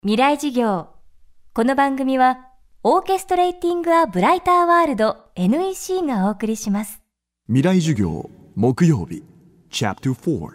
未来事業。この番組はオーケストレーティングアブライターワールド NEC がお送りします。 未来授業木曜日チャプター4。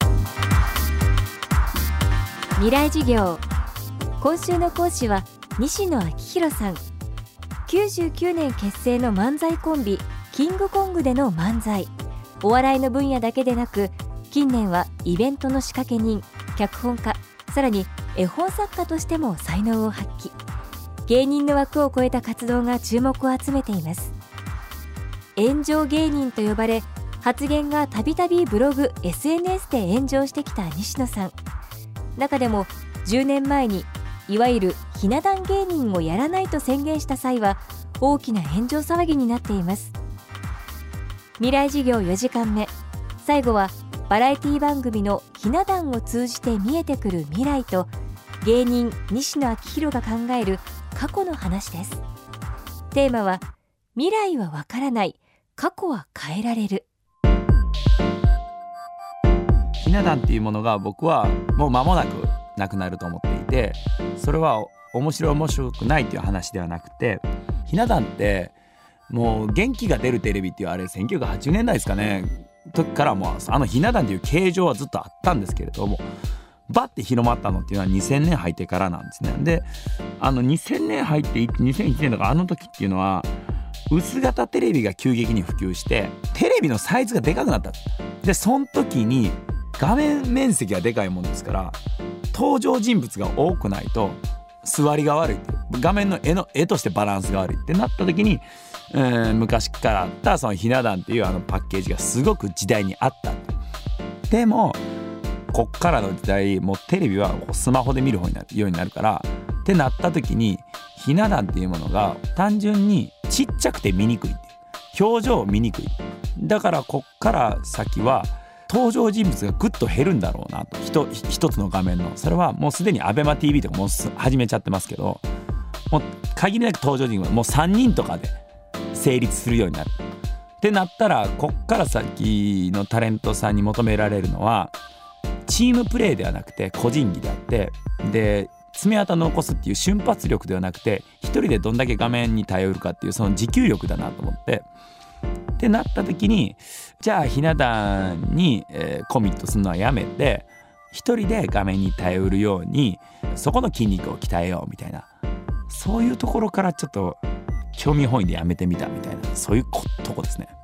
未来事業。今週の講師は西野昭弘さん。99年結成の漫才コンビキングコングでの漫才。お笑いの分野だけでなく、近年はイベントの仕掛け人、脚本家、さらに絵本作家としても才能を発揮。芸人の枠を超えた活動が注目を集めています。炎上芸人と呼ばれ、発言がたびたびブログ、SNS で炎上してきた西野さん。中でも10年前にいわゆるひな壇芸人をやらないと宣言した際は大きな炎上騒ぎになっています。未来事業4時間目、最後はバラエティ番組のひな壇を通じて見えてくる未来と、芸人西野昭弘が考える過去の話です。テーマは未来はわからない、過去は変えられる。 ひな壇っていうものが僕はもう間もなくなくなると思っていて、それは面白くないっていう話ではなくて、ひな壇ってもう元気が出るテレビっていうあれ1980年代ですかね時からもうひな壇っていう形状はずっとあったんですけれども、バッて広まったのっていうのは2000年入ってからなんですね。で2000年入って2001年とか時っていうのは薄型テレビが急激に普及してテレビのサイズがでかくなった。でその時に画面面積がでかいもんですから、登場人物が多くないと座りが悪い、画面の絵としてバランスが悪いってなった時に、昔からあったそのひな壇っていうパッケージがすごく時代にあった。でもこっからの時代、もうテレビはスマホで見るようになるからってなった時に、ひな壇っていうものが単純にちっちゃくて見にくいっていう、表情見にくい。だからこっから先は登場人物がぐっと減るんだろうなと、一つの画面の。それはもうすでに ABEMATV とかもう始めちゃってますけど、もう限りなく登場人物もう3人とかで成立するようになるってなったら、こっから先のタレントさんに求められるのはチームプレーではなくて個人技であって、で爪痕残すっていう瞬発力ではなくて、一人でどんだけ画面に頼るかっていうその持久力だなと思ってってなった時に、じゃあひな壇に、コミットするのはやめて、一人で画面に頼るようにそこの筋肉を鍛えようみたいな、そういうところからちょっと興味本位でやめてみたみたいな、そういうとこですね。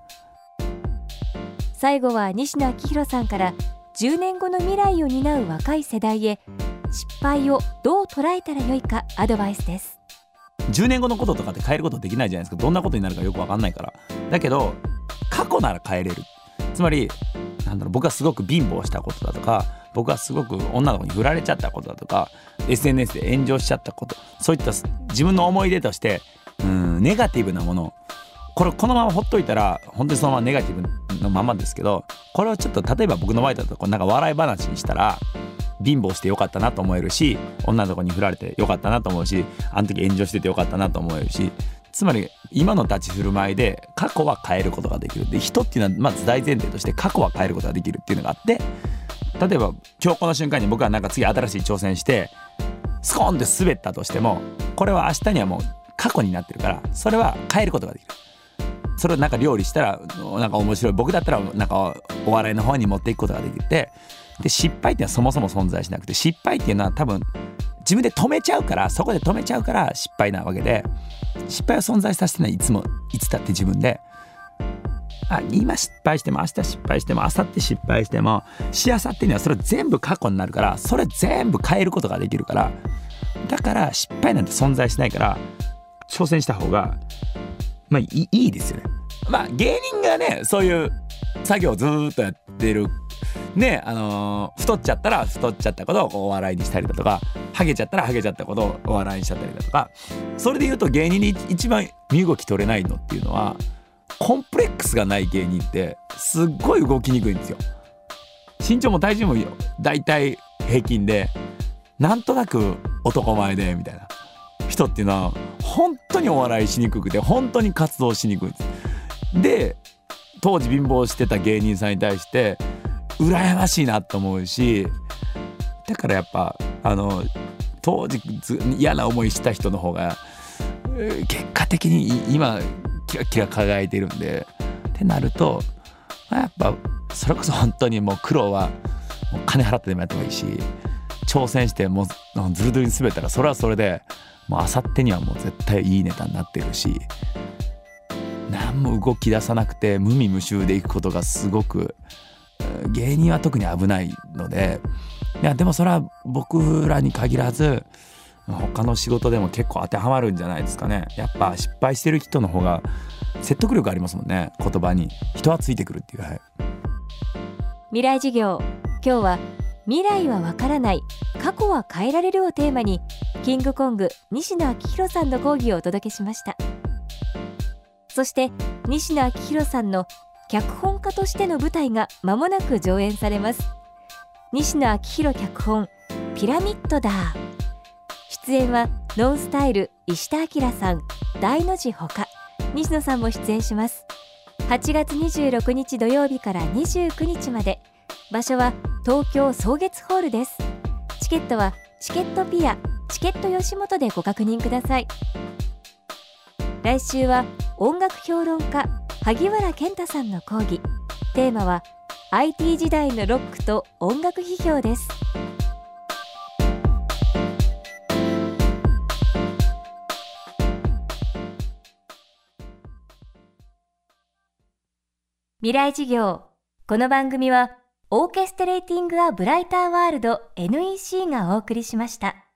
最後は西野昭弘さんから10年後の未来を担う若い世代へ、失敗をどう捉えたらよいかアドバイスです。 10年後のこととかって変えることできないじゃないですか。どんなことになるかよく分かんないから。だけど過去なら変えれる。つまり僕がすごく貧乏したことだとか、僕がすごく女の子に振られちゃったことだとか、 SNS で炎上しちゃったこと、そういった自分の思い出としてネガティブなもの、このままほっといたら本当にそのままネガティブのままですけど、これをちょっと例えば僕の場合だとなんか笑い話にしたら貧乏してよかったなと思えるし、女の子に振られてよかったなと思うし、あの時炎上しててよかったなと思えるし、つまり今の立ち振る舞いで過去は変えることができる。で人っていうのはまず大前提として過去は変えることができるっていうのがあって、例えば今日この瞬間に僕はなんか次新しい挑戦してスコーンって滑ったとしても、これは明日にはもう過去になってるから、それは変えることができる。それをなんか料理したらなんか面白い、僕だったらなんかお笑いの方に持っていくことができて、で失敗っていうのはそもそも存在しなくて、失敗っていうのは多分自分で止めちゃうから、そこで止めちゃうから失敗なわけで、失敗を存在させてない、いつだって自分で、今失敗しても明日失敗しても明後日失敗してもしあさってにはそれ全部過去になるから、それ全部変えることができるから、だから失敗なんて存在しないから挑戦した方がいいですよね。芸人がねそういう作業をずっとやってるね、太っちゃったら太っちゃったことをお笑いにしたりだとか、ハゲちゃったらハゲちゃったことをお笑いにしちゃったりだとか、それで言うと芸人に一番身動き取れないのっていうのは、コンプレックスがない芸人ってすっごい動きにくいんですよ。身長も体重もだいたい平均で、なんとなく男前でみたいな人っていうのは本当にお笑いしにくくて、本当に活動しにくいんです。で当時貧乏してた芸人さんに対して羨ましいなと思うし、だからやっぱ当当時嫌な思いした人の方が結果的に今キラキラ輝いてるんでってなると、やっぱそれこそ本当にもう苦労はもう金払ってでもやった方がいいし、挑戦してもうズルズルに滑ったらそれはそれでもうあさってにはもう絶対いいネタになってるし、何も動き出さなくて無味無臭でいくことがすごく芸人は特に危ないので、いやでもそれは僕らに限らず他の仕事でも結構当てはまるんじゃないですかね。やっぱ失敗してる人の方が説得力ありますもんね。言葉に人はついてくるっていう、はい、 未来授業、今日は未来はわからない、過去は変えられるをテーマにキングコング西野昭弘さんの講義をお届けしました。そして西野昭弘さんの脚本家としての舞台が間もなく上演されます。西野昭弘脚本ピラミッドだ。出演はノンスタイル石田明さん、大の字ほか、西野さんも出演します。8月26日土曜日から29日まで、場所は東京草月ホールです。チケットはチケットピア、チケット吉本でご確認ください。来週は音楽評論家萩原健太さんの講義、テーマは IT 時代のロックと音楽批評です。未来授業、この番組はオーケストレーティング・ア・ブライター・ワールド NEC がお送りしました。